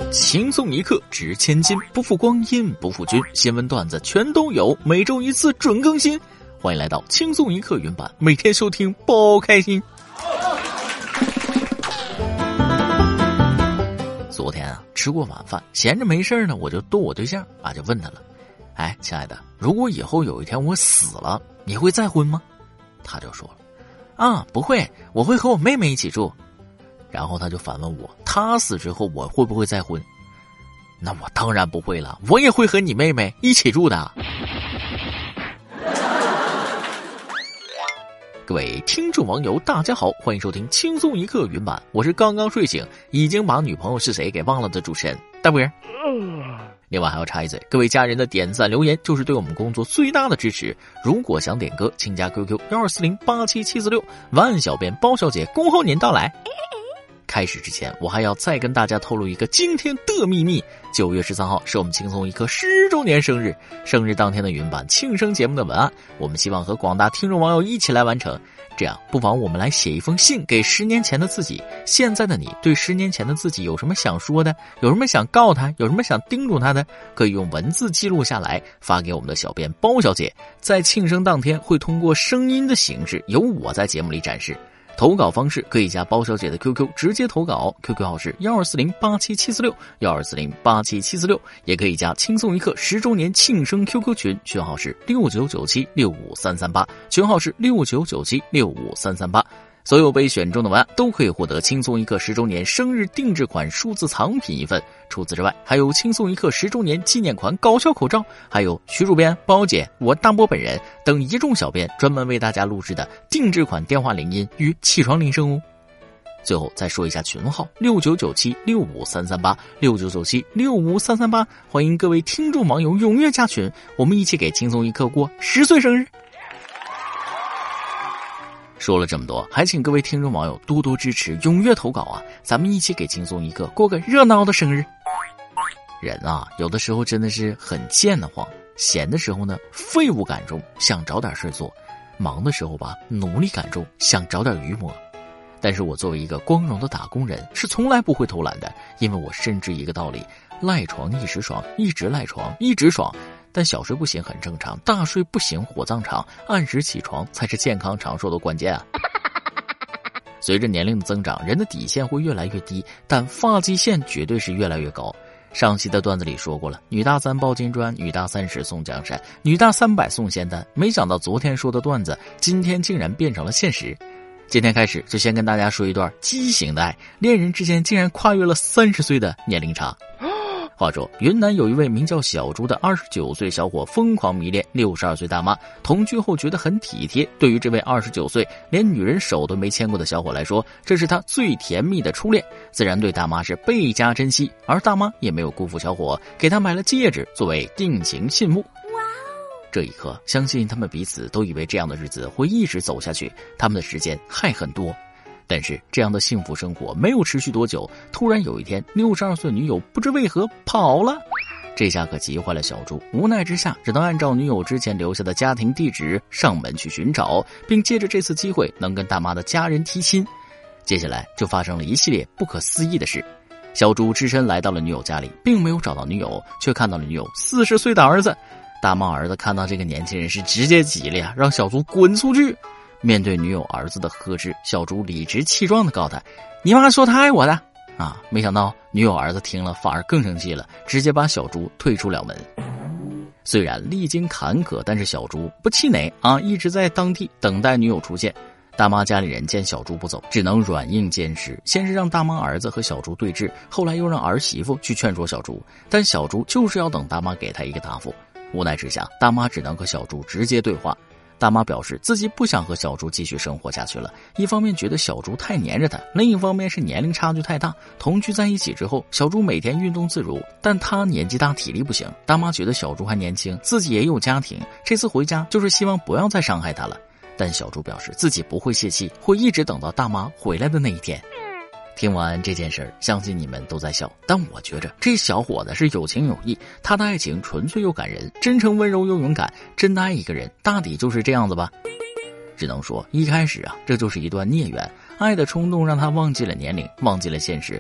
轻松一刻值千金，不负光阴不负君，新闻段子全都有，每周一次准更新。欢迎来到轻松一刻云版，每天收听包开心。昨天啊，吃过晚饭，闲着没事呢，我就逗我对象啊，就问他了，哎，亲爱的，如果以后有一天我死了，你会再婚吗？他就说了，啊，不会，我会和我妹妹一起住。然后他就反问我，他死之后我会不会再婚？那我当然不会了，我也会和你妹妹一起住的。各位听众网友大家好，欢迎收听轻松一刻云版，我是刚刚睡醒已经把女朋友是谁给忘了的主持人大波儿。另外还要插一嘴，各位家人的点赞留言就是对我们工作最大的支持，如果想点歌请加 QQ 124087746，万小编包小姐恭候您到来。开始之前，我还要再跟大家透露一个惊天的秘密，9月13号是我们轻松一刻10周年生日，生日当天的云版庆生节目的文案，我们希望和广大听众网友一起来完成。这样，不妨我们来写一封信给10年前的自己。现在的你对10年前的自己有什么想说的？有什么想告他？有什么想叮嘱他的？可以用文字记录下来，发给我们的小编包小姐。在庆生当天，会通过声音的形式，由我在节目里展示。投稿方式可以加包小姐的 QQ 直接投稿 ，QQ 号是124087746，124087746，也可以加轻松一刻10周年庆生 QQ 群，群号是6997653338，群号是6997653338。所有被选中的文案都可以获得轻松一刻10周年生日定制款数字藏品一份。除此之外，还有轻松一刻10周年纪念款搞笑口罩，还有徐主编、包姐、我大波本人等一众小编专门为大家录制的定制款电话铃音与起床铃声哦。最后再说一下群号699765338699765338，欢迎各位听众网友踊跃加群，我们一起给轻松一刻过10岁生日。说了这么多，还请各位听众网友多多支持，踊跃投稿啊！咱们一起给轻松一刻过个热闹的生日。人啊，有的时候真的是很贱得慌，闲的时候呢，废物感重，想找点事做；忙的时候吧，努力感重，想找点鱼摸。但是我作为一个光荣的打工人，是从来不会偷懒的，因为我深知一个道理：赖床一时爽，一直赖床一直爽。但小睡不醒很正常，大睡不醒火葬场，按时起床才是健康长寿的关键啊！随着年龄的增长，人的底线会越来越低，但发际线绝对是越来越高。上期的段子里说过了，女大3抱金砖，女大30送江山，女大300送仙丹。没想到昨天说的段子，今天竟然变成了现实。今天开始就先跟大家说一段畸形的爱，恋人之间竟然跨越了30岁的年龄差。话说，云南有一位名叫小朱的29岁小伙疯狂迷恋62岁大妈，同居后觉得很体贴。对于这位29岁连女人手都没牵过的小伙来说，这是他最甜蜜的初恋，自然对大妈是倍加珍惜。而大妈也没有辜负小伙，给他买了戒指作为定情信物。这一刻，相信他们彼此都以为这样的日子会一直走下去，他们的时间还很多。但是这样的幸福生活没有持续多久，突然有一天，62岁女友不知为何跑了，这下可急坏了小朱，无奈之下只能按照女友之前留下的家庭地址上门去寻找，并借着这次机会能跟大妈的家人提亲。接下来就发生了一系列不可思议的事。小朱只身来到了女友家里，并没有找到女友，却看到了女友40岁的儿子。大妈儿子看到这个年轻人是直接急了呀，让小朱滚出去。面对女友儿子的呵斥，小朱理直气壮地告他：“你妈说她爱我的啊！”没想到女友儿子听了反而更生气了，直接把小朱推出了门。虽然历经坎坷，但是小朱不气馁啊，一直在当地等待女友出现。大妈家里人见小朱不走，只能软硬兼施，先是让大妈儿子和小朱对峙，后来又让儿媳妇去劝说小朱，但小朱就是要等大妈给他一个答复。无奈之下，大妈只能和小朱直接对话。大妈表示自己不想和小朱继续生活下去了，一方面觉得小朱太黏着她，另一方面是年龄差距太大。同居在一起之后，小朱每天运动自如，但她年纪大体力不行。大妈觉得小朱还年轻，自己也有家庭，这次回家就是希望不要再伤害她了。但小朱表示自己不会泄气，会一直等到大妈回来的那一天。听完这件事儿，相信你们都在笑，但我觉着这小伙子是有情有义，他的爱情纯粹又感人，真诚温柔又勇敢，真的爱一个人大抵就是这样子吧。只能说一开始啊，这就是一段孽缘，爱的冲动让他忘记了年龄，忘记了现实。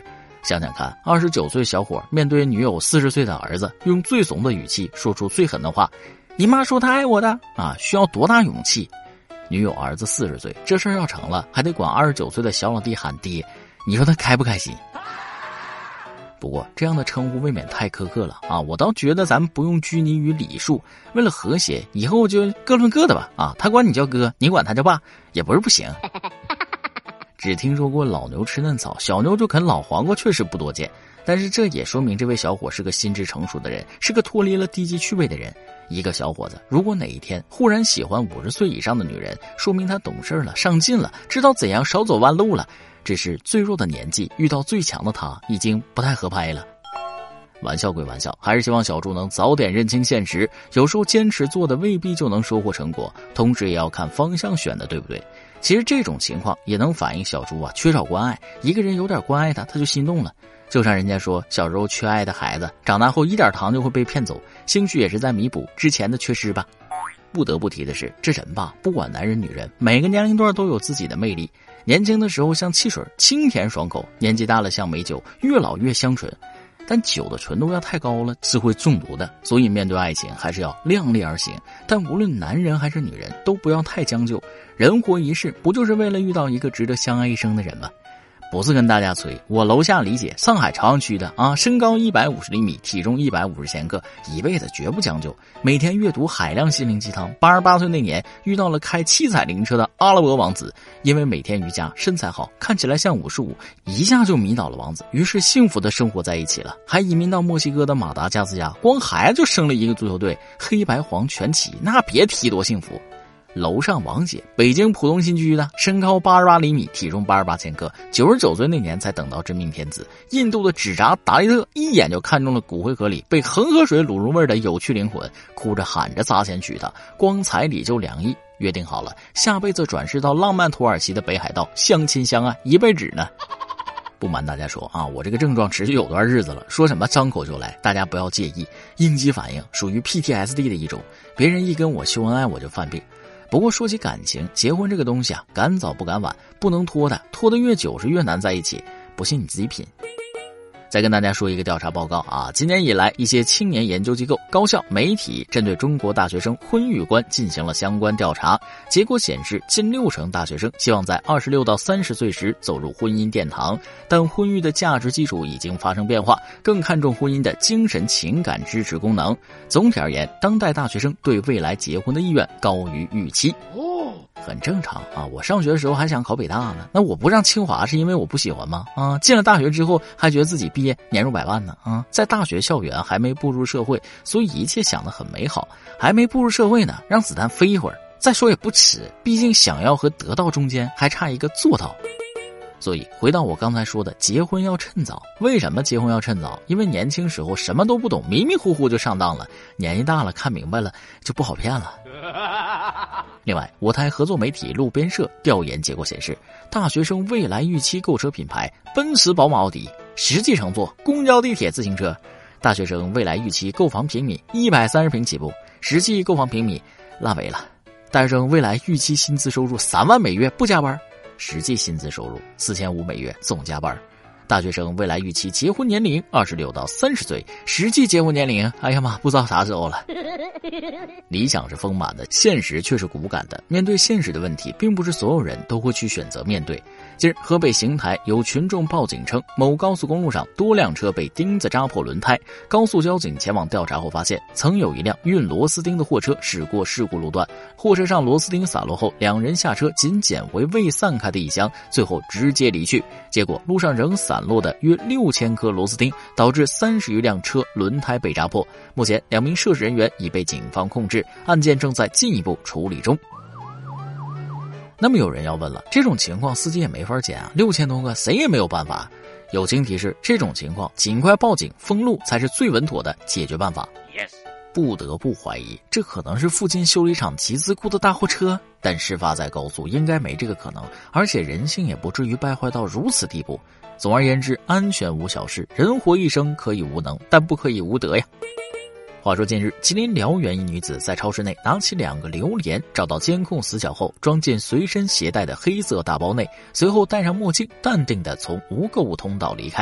想想看，29岁小伙面对女友40岁的儿子，用最怂的语气说出最狠的话：“你妈说她爱我的啊，需要多大勇气？”女友儿子40岁，这事儿要成了，还得管29岁的小老弟喊爹，你说他开不开心？不过这样的称呼未免太苛刻了啊！我倒觉得咱们不用拘泥于礼数，为了和谐，以后就各论各的吧啊！他管你叫哥，你管他叫爸，也不是不行。只听说过老牛吃嫩草，小牛就啃老黄瓜，确实不多见。但是这也说明这位小伙是个心智成熟的人，是个脱离了低级趣味的人。一个小伙子如果哪一天忽然喜欢50岁以上的女人，说明他懂事了，上进了，知道怎样少走弯路了。只是最弱的年纪遇到最强的他，已经不太合拍了。玩笑归玩笑，还是希望小猪能早点认清现实，有时候坚持做的未必就能收获成果，同时也要看方向选的对不对。其实这种情况也能反映小猪缺少关爱，一个人有点关爱他就心动了。就像人家说，小时候缺爱的孩子长大后一点糖就会被骗走，兴许也是在弥补之前的缺失吧。不得不提的是，这人吧，不管男人女人，每个年龄段都有自己的魅力。年轻的时候像汽水，清甜爽口，年纪大了像美酒，越老越香醇。但酒的纯度要太高了是会中毒的，所以面对爱情还是要量力而行。但无论男人还是女人，都不要太将就。人活一世，不就是为了遇到一个值得相爱一生的人吗？不是跟大家吹，我楼下李姐，上海朝阳区的啊，身高150厘米，体重150千克，一辈子绝不将就，每天阅读海量心灵鸡汤。88岁那年遇到了开7彩灵车的阿拉伯王子，因为每天瑜伽，身材好，看起来像55，一下就迷倒了王子，于是幸福的生活在一起了，还移民到墨西哥的马达加斯加，光孩子就生了一个足球队，黑白黄全齐，那别提多幸福。楼上王姐，北京浦东新区的，身高88厘米，体重88千克，99岁那年才等到真命天子。印度的纸扎达利特一眼就看中了骨灰盒里被恒河水卤入味的有趣灵魂，哭着喊着砸钱娶她，光彩礼就2亿，约定好了下辈子转世到浪漫土耳其的北海道相亲相爱一辈子呢。不瞒大家说啊，我这个症状持续有段日子了，说什么张口就来，大家不要介意，应激反应属于 PTSD 的一种，别人一跟我秀恩爱我就犯病。不过说起感情，结婚这个东西赶早不赶晚，不能拖的，拖得越久是越难在一起，不信你自己品。再跟大家说一个调查报告啊，今年以来，一些青年研究机构、高校、媒体针对中国大学生婚育观进行了相关调查，结果显示，近60%大学生希望在26到30岁时走入婚姻殿堂，但婚育的价值基础已经发生变化，更看重婚姻的精神情感支持功能。总体而言，当代大学生对未来结婚的意愿高于预期。很正常啊，我上学的时候还想考北大呢，那我不上清华是因为我不喜欢吗？啊，进了大学之后还觉得自己毕业年入百万呢啊，在大学校园还没步入社会，所以一切想得很美好，还没步入社会呢，让子弹飞一会儿，再说也不迟，毕竟想要和得到中间还差一个做到。所以回到我刚才说的，结婚要趁早。为什么结婚要趁早？因为年轻时候什么都不懂，迷迷糊糊就上当了，年纪大了看明白了就不好骗了。另外，我台合作媒体路边社调研结果显示，大学生未来预期购车品牌奔驰、宝马、奥迪，实际乘坐公交、地铁、自行车。大学生未来预期购房平米130平起步，实际购房平米烂尾了。大学生未来预期薪资收入3万每月不加班，实际薪资收入4500每月总加班。大学生未来预期结婚年龄26到30岁，实际结婚年龄哎呀妈，不知道啥时候了。理想是丰满的，现实却是骨感的。面对现实的问题，并不是所有人都会去选择面对。近日，河北邢台有群众报警称，某高速公路上多辆车被钉子扎破轮胎。高速交警前往调查后发现，曾有一辆运螺丝钉的货车驶过事故路段，货车上螺丝钉散落后，两人下车仅捡回未散开的一箱，最后直接离去。结果路上仍散落的约6000颗螺丝钉，导致30余辆车轮胎被扎破。目前2名涉事人员已被警方控制，案件正在进一步处理中。那么有人要问了，这种情况司机也没法捡啊，6000多个谁也没有办法。友情提示，这种情况尽快报警封路才是最稳妥的解决办法。不得不怀疑，这可能是附近修理厂集资雇的大货车，但事发在高速应该没这个可能，而且人性也不至于败坏到如此地步。总而言之，安全无小事，人活一生可以无能，但不可以无德呀。话说近日，吉林辽源一女子在超市内拿起2个榴莲，找到监控死角后，装进随身携带的黑色大包内，随后戴上墨镜，淡定地从无购物通道离开。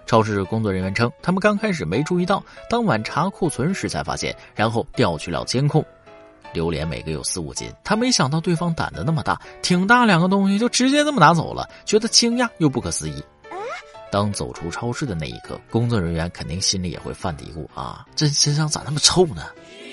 超市工作人员称，他们刚开始没注意到，当晚查库存时才发现，然后调取了监控。榴莲每个有4、5斤，他没想到对方胆子那么大，挺大2个东西就直接这么拿走了，觉得惊讶又不可思议。当走出超市的那一刻，工作人员肯定心里也会犯嘀咕啊，这身上咋那么臭呢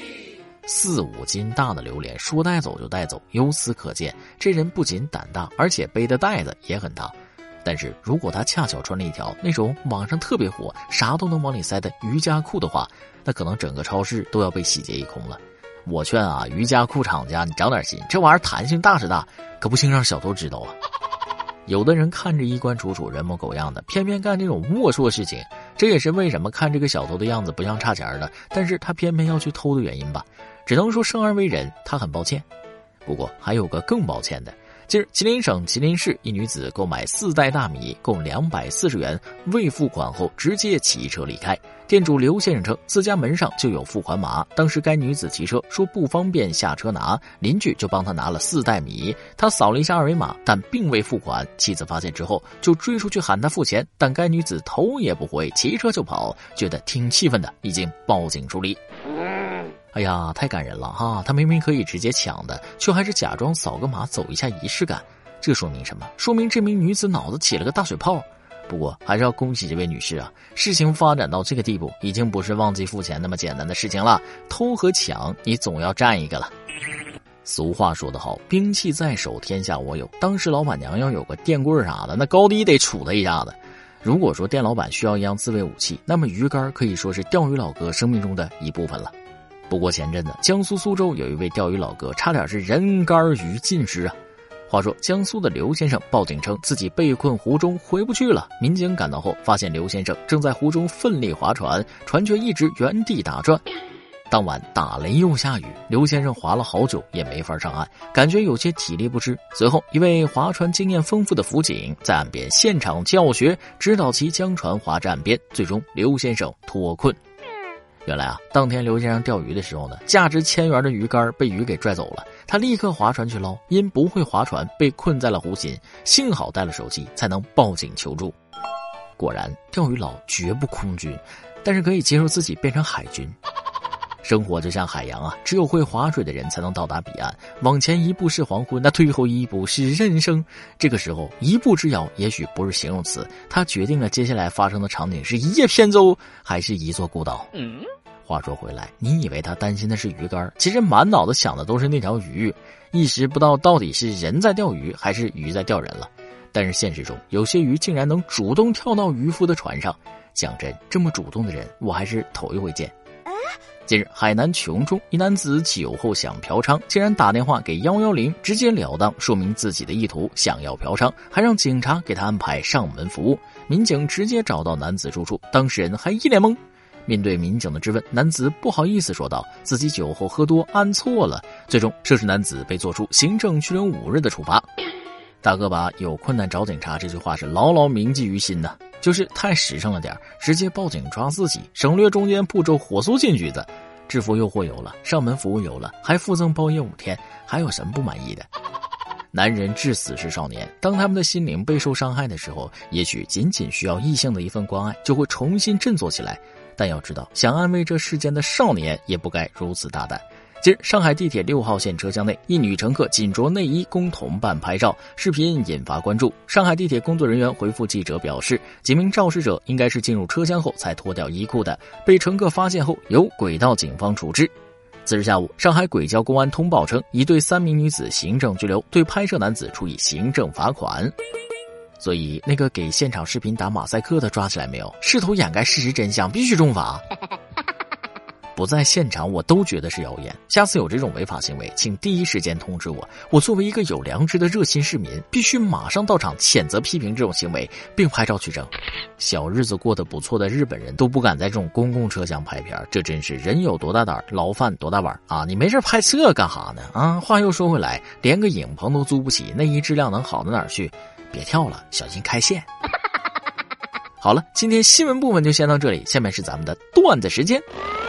？4、5斤大的榴莲说带走就带走，由此可见，这人不仅胆大，而且背的袋子也很大。但是如果他恰巧穿了一条那种网上特别火啥都能往里塞的瑜伽裤的话，那可能整个超市都要被洗劫一空了。我劝啊，瑜伽裤厂家你长点心，这玩意儿弹性大是大，可不行让小偷知道啊。有的人看着衣冠楚楚人模狗样的，偏偏干这种龌龊事情，这也是为什么看这个小偷的样子不像差钱的，但是他偏偏要去偷的原因吧。只能说生而为人，他很抱歉。不过还有个更抱歉的，近日吉林省吉林市一女子购买4袋大米共240元，未付款后直接骑车离开。店主刘先生称，自家门上就有付款码，当时该女子骑车说不方便下车拿，邻居就帮他拿了4袋米，他扫了一下二维码，但并未付款。妻子发现之后就追出去喊他付钱，但该女子头也不回，骑车就跑，觉得挺气愤的，已经报警处理。哎呀，太感人了哈！他明明可以直接抢的，却还是假装扫个码走一下仪式感。这说明什么？说明这名女子脑子起了个大水泡。不过还是要恭喜这位女士啊，事情发展到这个地步，已经不是忘记付钱那么简单的事情了。偷和抢，你总要占一个了。俗话说得好，兵器在手，天下我有。当时老板娘要有个电棍啥的，那高低得杵他一下子。如果说店老板需要一样自卫武器，那么鱼竿可以说是钓鱼老哥生命中的一部分了。不过前阵子江苏苏州有一位钓鱼老哥差点是人竿鱼尽失啊。话说江苏的刘先生报警称自己被困湖中回不去了，民警赶到后发现刘先生正在湖中奋力划船，船却一直原地打转。当晚打雷又下雨，刘先生划了好久也没法上岸，感觉有些体力不支。随后一位划船经验丰富的辅警在岸边现场教学，指导其将船划至岸边，最终刘先生脱困。原来啊，当天刘先生钓鱼的时候呢，价值1000元的鱼竿被鱼给拽走了，他立刻划船去捞，因不会划船被困在了湖心，幸好带了手机才能报警求助。果然钓鱼佬绝不空军，但是可以接受自己变成海军。生活就像海洋啊，只有会划水的人才能到达彼岸，往前一步是黄昏，那退后一步是人生。这个时候一步之遥也许不是形容词，它决定了接下来发生的场景是一叶扁舟还是一座孤岛。话说回来，你以为他担心的是鱼竿，其实满脑子想的都是那条鱼，一时不知道到底是人在钓鱼还是鱼在钓人了。但是现实中有些鱼竟然能主动跳到渔夫的船上，讲真，这么主动的人我还是头一回见。近日海南琼中一男子酒后想嫖娼，竟然打电话给110，直截了当说明自己的意图，想要嫖娼，还让警察给他安排上门服务。民警直接找到男子住处，当事人还一脸懵。面对民警的质问，男子不好意思说道自己酒后喝多按错了，最终涉事男子被作出行政拘留5日的处罚。大哥把有困难找警察这句话是牢牢铭记于心呐，就是太实诚了点，直接报警抓自己，省略中间步骤，火速进局子。制服诱惑有了，上门服务有了，还附赠包夜5天，还有什么不满意的？男人至死是少年，当他们的心灵备受伤害的时候，也许仅仅需要异性的一份关爱，就会重新振作起来。但要知道，想安慰这世间的少年，也不该如此大胆。近日，上海地铁6号线车厢内，一女乘客仅着内衣供同伴拍照，视频引发关注。上海地铁工作人员回复记者表示，几名肇事者应该是进入车厢后才脱掉衣裤的，被乘客发现后由轨道警方处置。次日下午，上海轨交公安通报称，已对3名女子行政拘留，对拍摄男子处以行政罚款。所以那个给现场视频打马赛克的抓起来没有？试图掩盖事实真相，必须重罚。不在现场我都觉得是谣言，下次有这种违法行为，请第一时间通知我。我作为一个有良知的热心市民，必须马上到场谴责批评这种行为，并拍照取证。小日子过得不错的日本人都不敢在这种公共车厢拍片，这真是人有多大胆，牢饭多大碗啊！你没事拍这干哈呢？啊，话又说回来，连个影棚都租不起，内衣质量能好到哪儿去？别跳了，小心开线。好了，今天新闻部分就先到这里，下面是咱们的段子时间。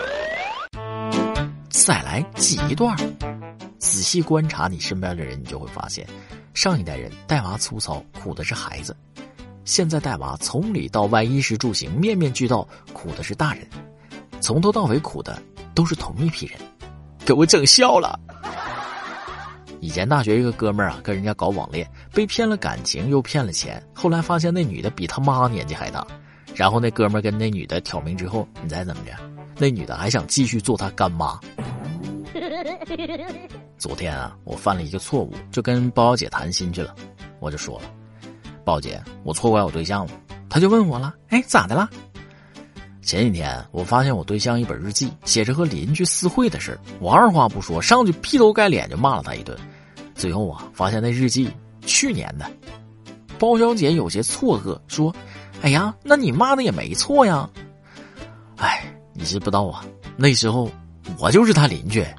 再来记一段。仔细观察你身边的人，你就会发现，上一代人带娃粗糙，苦的是孩子； 现在带娃从里到外衣食住行面面俱到，苦的是大人，从头到尾苦的都是同一批人，给我整笑了。以前大学一个哥们儿跟人家搞网恋，被骗了感情又骗了钱，后来发现那女的比他妈年纪还大，然后那哥们儿跟那女的挑明之后，你猜怎么着？那女的还想继续做他干妈。昨天我犯了一个错误，就跟包小姐谈心去了。我就说了，包姐，我错怪我对象了。她就问我了，咋的了？前几天我发现我对象一本日记，写着和邻居私会的事，我二话不说上去劈头盖脸就骂了他一顿。最后发现那日记去年的。包小姐有些错愕说，哎呀，那你骂的也没错呀。你知不知道那时候我就是他邻居。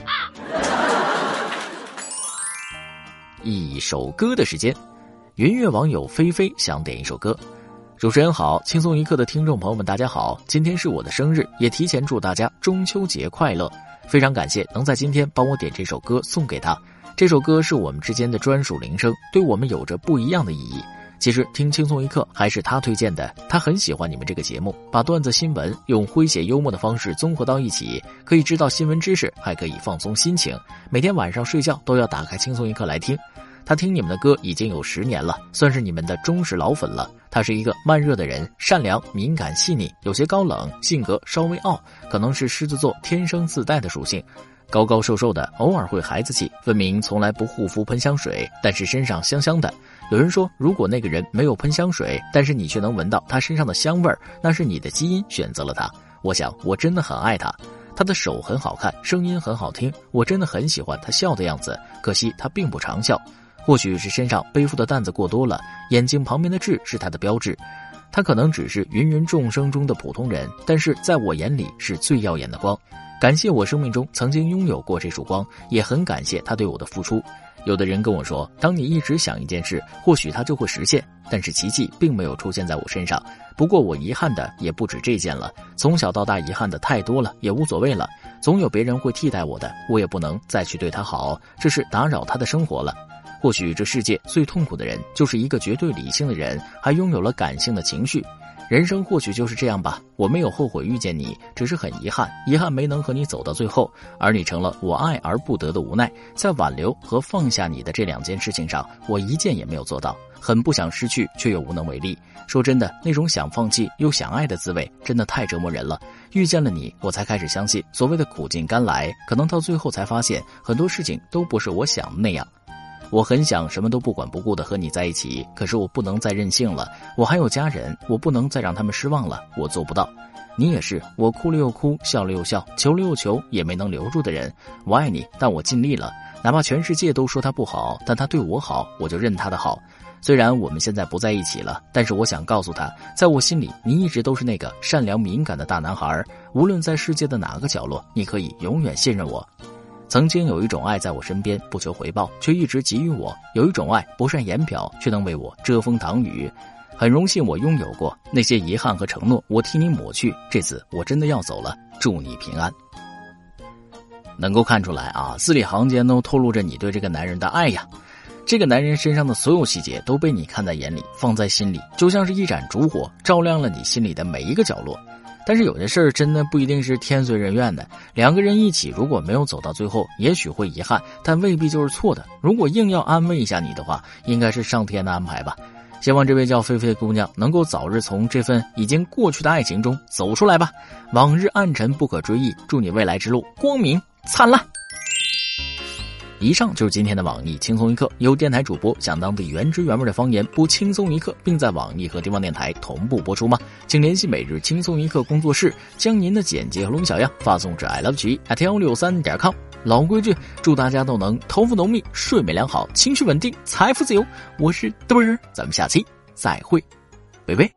一首歌的时间，云乐网友菲菲想点一首歌。主持人好，轻松一刻的听众朋友们大家好，今天是我的生日，也提前祝大家中秋节快乐。非常感谢能在今天帮我点这首歌送给他，这首歌是我们之间的专属铃声，对我们有着不一样的意义。其实听轻松一刻还是他推荐的，他很喜欢你们这个节目，把段子新闻用诙谐幽默的方式综合到一起，可以知道新闻知识，还可以放松心情，每天晚上睡觉都要打开轻松一刻来听。他听你们的歌已经有10年了，算是你们的忠实老粉了。他是一个慢热的人，善良、敏感、细腻，有些高冷，性格稍微傲，可能是狮子座天生自带的属性。高高瘦瘦的，偶尔会孩子气，分明从来不护肤喷香水，但是身上香香的。有人说，如果那个人没有喷香水，但是你却能闻到他身上的香味儿，那是你的基因选择了他。我想我真的很爱他。他的手很好看，声音很好听，我真的很喜欢他笑的样子，可惜他并不常笑。或许是身上背负的担子过多了，眼睛旁边的痣是他的标志。他可能只是芸芸众生中的普通人，但是在我眼里是最耀眼的光。感谢我生命中曾经拥有过这束光，也很感谢他对我的付出。有的人跟我说，当你一直想一件事，或许它就会实现，但是奇迹并没有出现在我身上。不过我遗憾的也不止这件了，从小到大遗憾的太多了，也无所谓了。总有别人会替代我的，我也不能再去对他好，这是打扰他的生活了。或许这世界最痛苦的人，就是一个绝对理性的人，还拥有了感性的情绪。人生或许就是这样吧，我没有后悔遇见你，只是很遗憾没能和你走到最后，而你成了我爱而不得的无奈。在挽留和放下你的这2件事情上，我一件也没有做到，很不想失去，却又无能为力。说真的，那种想放弃又想爱的滋味，真的太折磨人了。遇见了你，我才开始相信，所谓的苦尽甘来，可能到最后才发现，很多事情都不是我想的那样。我很想什么都不管不顾地和你在一起，可是我不能再任性了，我还有家人，我不能再让他们失望了，我做不到。你也是，我哭了又哭，笑了又笑，求了又求，也没能留住的人。我爱你，但我尽力了，哪怕全世界都说他不好，但他对我好，我就认他的好。虽然我们现在不在一起了，但是我想告诉他，在我心里，你一直都是那个善良敏感的大男孩，无论在世界的哪个角落，你可以永远信任我。曾经有一种爱在我身边，不求回报，却一直给予我；有一种爱不善言表，却能为我遮风挡雨。很荣幸我拥有过那些遗憾和承诺，我替你抹去。这次我真的要走了，祝你平安。能够看出来字里行间都透露着你对这个男人的爱呀。这个男人身上的所有细节都被你看在眼里，放在心里，就像是一盏烛火，照亮了你心里的每一个角落。但是有些事儿真的不一定是天随人愿的，两个人一起如果没有走到最后，也许会遗憾，但未必就是错的。如果硬要安慰一下你的话，应该是上天的安排吧。希望这位叫菲菲的姑娘能够早日从这份已经过去的爱情中走出来吧。往日暗沉不可追忆，祝你未来之路光明灿烂。以上就是今天的网易轻松一刻，由电台主播讲当地原汁原味的方言播轻松一刻，并在网易和地方电台同步播出吗？请联系每日轻松一刻工作室，将您的简介和录音小样发送至 iLoveChi@163.com。老规矩，祝大家都能头发浓密，睡眠良好，情绪稳定，财富自由。我是嘚儿，咱们下期再会，拜拜。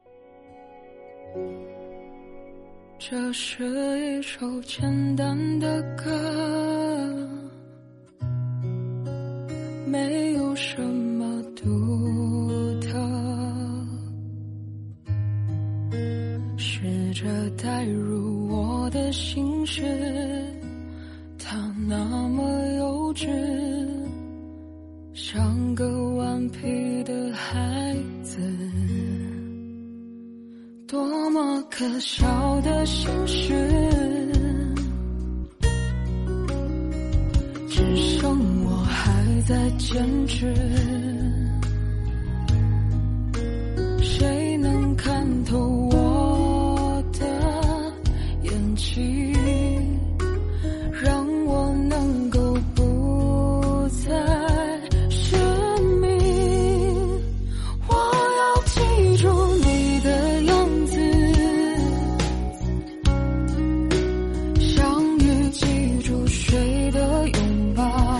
这是一首简单的歌，没有什么独特，试着带入我的心事，它那么幼稚，像个顽皮的孩子。 多么可笑的心事，只剩我还在坚持。谁能看透我的眼睛，让我能够不再失明？我要记住你的样子，相遇记住谁的拥抱，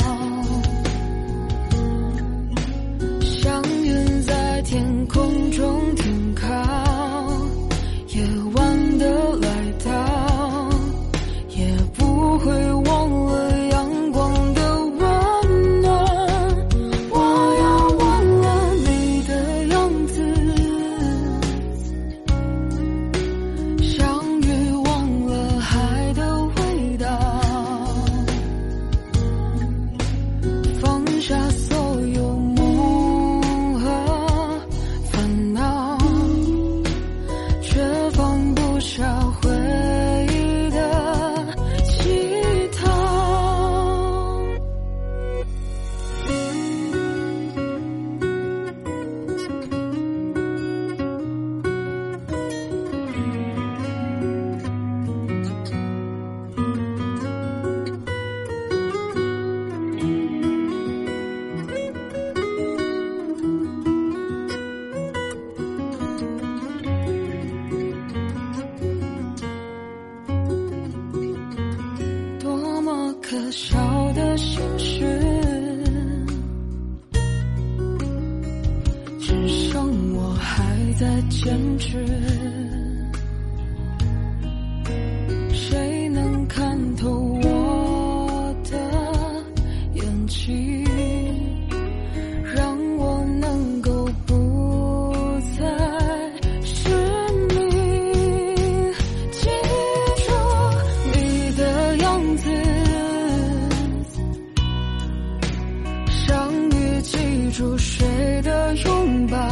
像云在天空中停靠，夜晚的来到，也不会忘了阳光的温暖。我要忘了你的样子，相遇忘了海的味道，放下所有梦和烦恼，却放不下回忆的乞讨。多么可笑的心事，只剩我还在坚持。谁能看透我的眼睛，让我能够不再失明？记住你的样子，相遇记住谁的拥抱，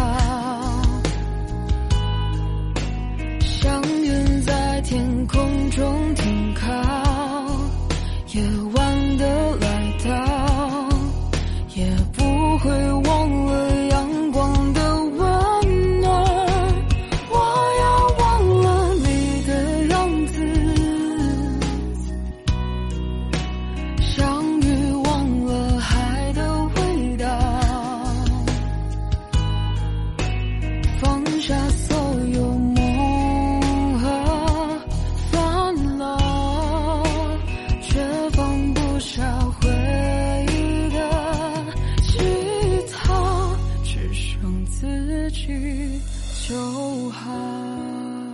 像云在天空中停靠，夜晚的来到，也不会忘了阳光的温暖。我要忘了你的样子，相遇忘了海的味道，放下所有梦和烦恼，却放不下回忆的乞讨，只剩自己就好。